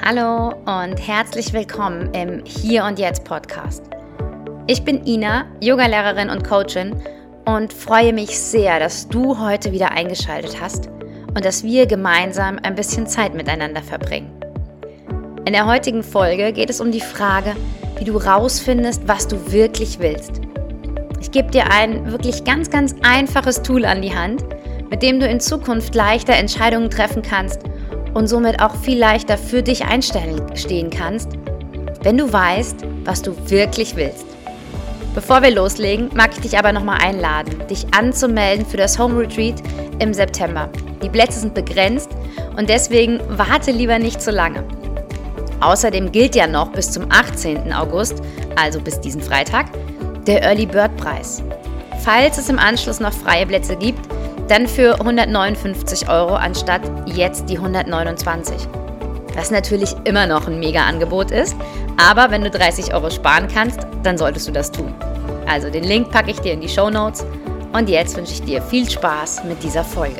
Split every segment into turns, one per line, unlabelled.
Hallo und herzlich willkommen im Hier und Jetzt Podcast. Ich bin Ina, Yogalehrerin und Coachin und freue mich sehr, dass du heute wieder eingeschaltet hast und dass wir gemeinsam ein bisschen Zeit miteinander verbringen. In der heutigen Folge geht es um die Frage, wie du rausfindest, was du wirklich willst. Ich gebe dir ein wirklich ganz einfaches Tool an die Hand, mit dem du in Zukunft leichter Entscheidungen treffen kannst und somit auch viel leichter für dich einstehen kannst, wenn du weißt, was du wirklich willst. Bevor wir loslegen, mag ich dich aber nochmal einladen, dich anzumelden für das Home Retreat im September. Die Plätze sind begrenzt und deswegen warte lieber nicht zu lange. Außerdem gilt ja noch bis zum 18. August, also bis diesen Freitag, der Early Bird Preis. Falls es im Anschluss noch freie Plätze gibt, dann für 159 € anstatt jetzt die 129. Was natürlich immer noch ein Mega-Angebot ist, aber wenn du 30 € sparen kannst, dann solltest du das tun. Also den Link packe ich dir in die Shownotes und jetzt wünsche ich dir viel Spaß mit dieser Folge.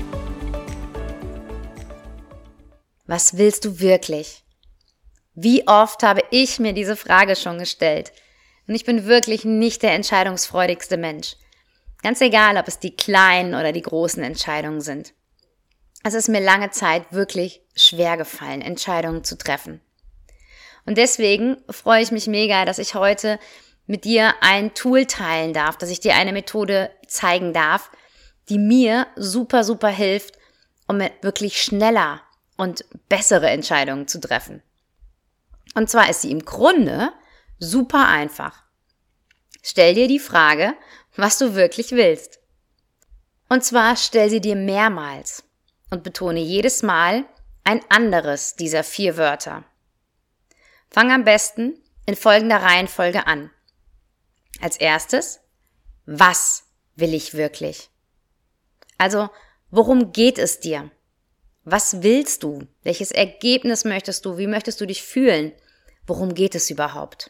Was willst du wirklich? Wie oft habe ich mir diese Frage schon gestellt? Und ich bin wirklich nicht der entscheidungsfreudigste Mensch. Ganz egal, ob es die kleinen oder die großen Entscheidungen sind. Es ist mir lange Zeit wirklich schwer gefallen, Entscheidungen zu treffen. Und deswegen freue ich mich mega, dass ich heute mit dir ein Tool teilen darf, dass ich dir eine Methode zeigen darf, die mir super hilft, um wirklich schneller und bessere Entscheidungen zu treffen. Und zwar ist sie im Grunde super einfach. Stell dir die Frage, was du wirklich willst. Und zwar stell sie dir mehrmals und betone jedes Mal ein anderes dieser 4 Wörter. Fang am besten in folgender Reihenfolge an. Als erstes, was will ich wirklich? Also, worum geht es dir? Was willst du? Welches Ergebnis möchtest du? Wie möchtest du dich fühlen? Worum geht es überhaupt?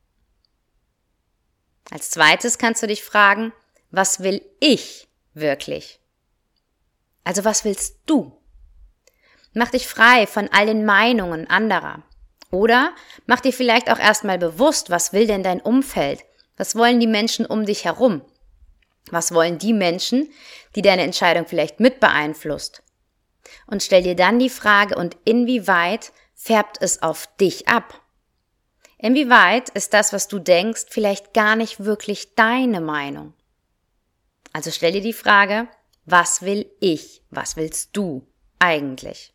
Als zweites kannst du dich fragen, was will ich wirklich? Also was willst du? Mach dich frei von all den Meinungen anderer. Oder mach dir vielleicht auch erstmal bewusst, was will denn dein Umfeld? Was wollen die Menschen um dich herum? Was wollen die Menschen, die deine Entscheidung vielleicht mit beeinflusst? Und stell dir dann die Frage, und inwieweit färbt es auf dich ab? Inwieweit ist das, was du denkst, vielleicht gar nicht wirklich deine Meinung? Also stell dir die Frage, was will ich? Was willst du eigentlich?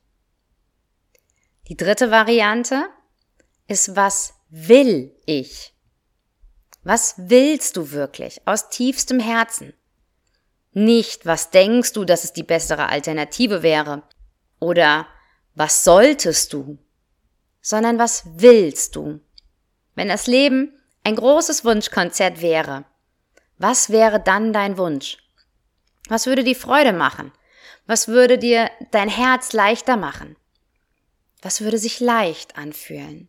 Die dritte Variante ist, was will ich? Was willst du wirklich aus tiefstem Herzen? Nicht, was denkst du, dass es die bessere Alternative wäre? Oder was solltest du? Sondern was willst du? Wenn das Leben ein großes Wunschkonzert wäre, was wäre dann dein Wunsch? Was würde dir Freude machen? Was würde dir dein Herz leichter machen? Was würde sich leicht anfühlen?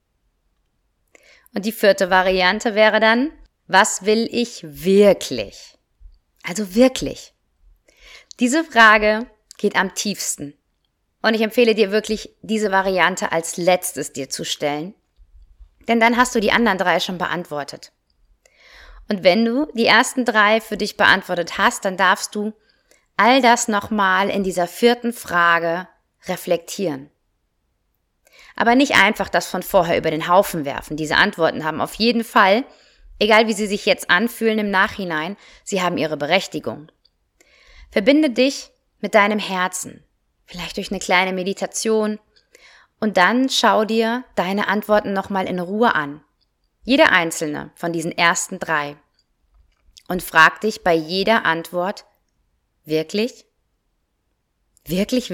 Und die 4. Variante wäre dann, was will ich wirklich? Also wirklich. Diese Frage geht am tiefsten. Und ich empfehle dir wirklich, diese Variante als letztes dir zu stellen. Denn dann hast du die anderen 3 schon beantwortet. Und wenn du die ersten 3 für dich beantwortet hast, dann darfst du all das nochmal in dieser 4. Frage reflektieren. Aber nicht einfach das von vorher über den Haufen werfen. Diese Antworten haben auf jeden Fall, egal wie sie sich jetzt anfühlen im Nachhinein, sie haben ihre Berechtigung. Verbinde dich mit deinem Herzen, vielleicht durch eine kleine Meditation, und dann schau dir deine Antworten nochmal in Ruhe an. Jede einzelne von diesen ersten 3. Und frag dich bei jeder Antwort, wirklich? Wirklich?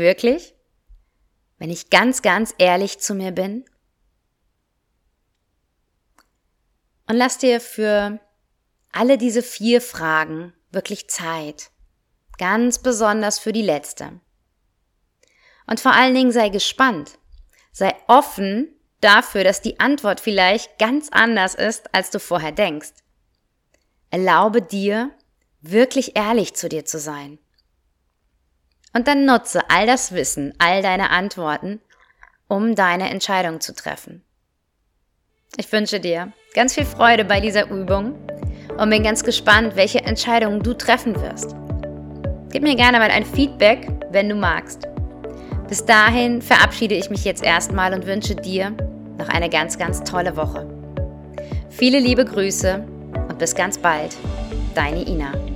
Wenn ich ganz ehrlich zu mir bin? Und lass dir für alle diese 4 Fragen wirklich Zeit. Ganz besonders für die letzte. Und vor allen Dingen sei gespannt. Sei offen dafür, dass die Antwort vielleicht ganz anders ist, als du vorher denkst. Erlaube dir, wirklich ehrlich zu dir zu sein. Und dann nutze all das Wissen, all deine Antworten, um deine Entscheidung zu treffen. Ich wünsche dir ganz viel Freude bei dieser Übung und bin ganz gespannt, welche Entscheidungen du treffen wirst. Gib mir gerne mal ein Feedback, wenn du magst. Bis dahin verabschiede ich mich jetzt erstmal und wünsche dir noch eine ganz, ganz tolle Woche. Viele liebe Grüße und bis ganz bald, deine Ina.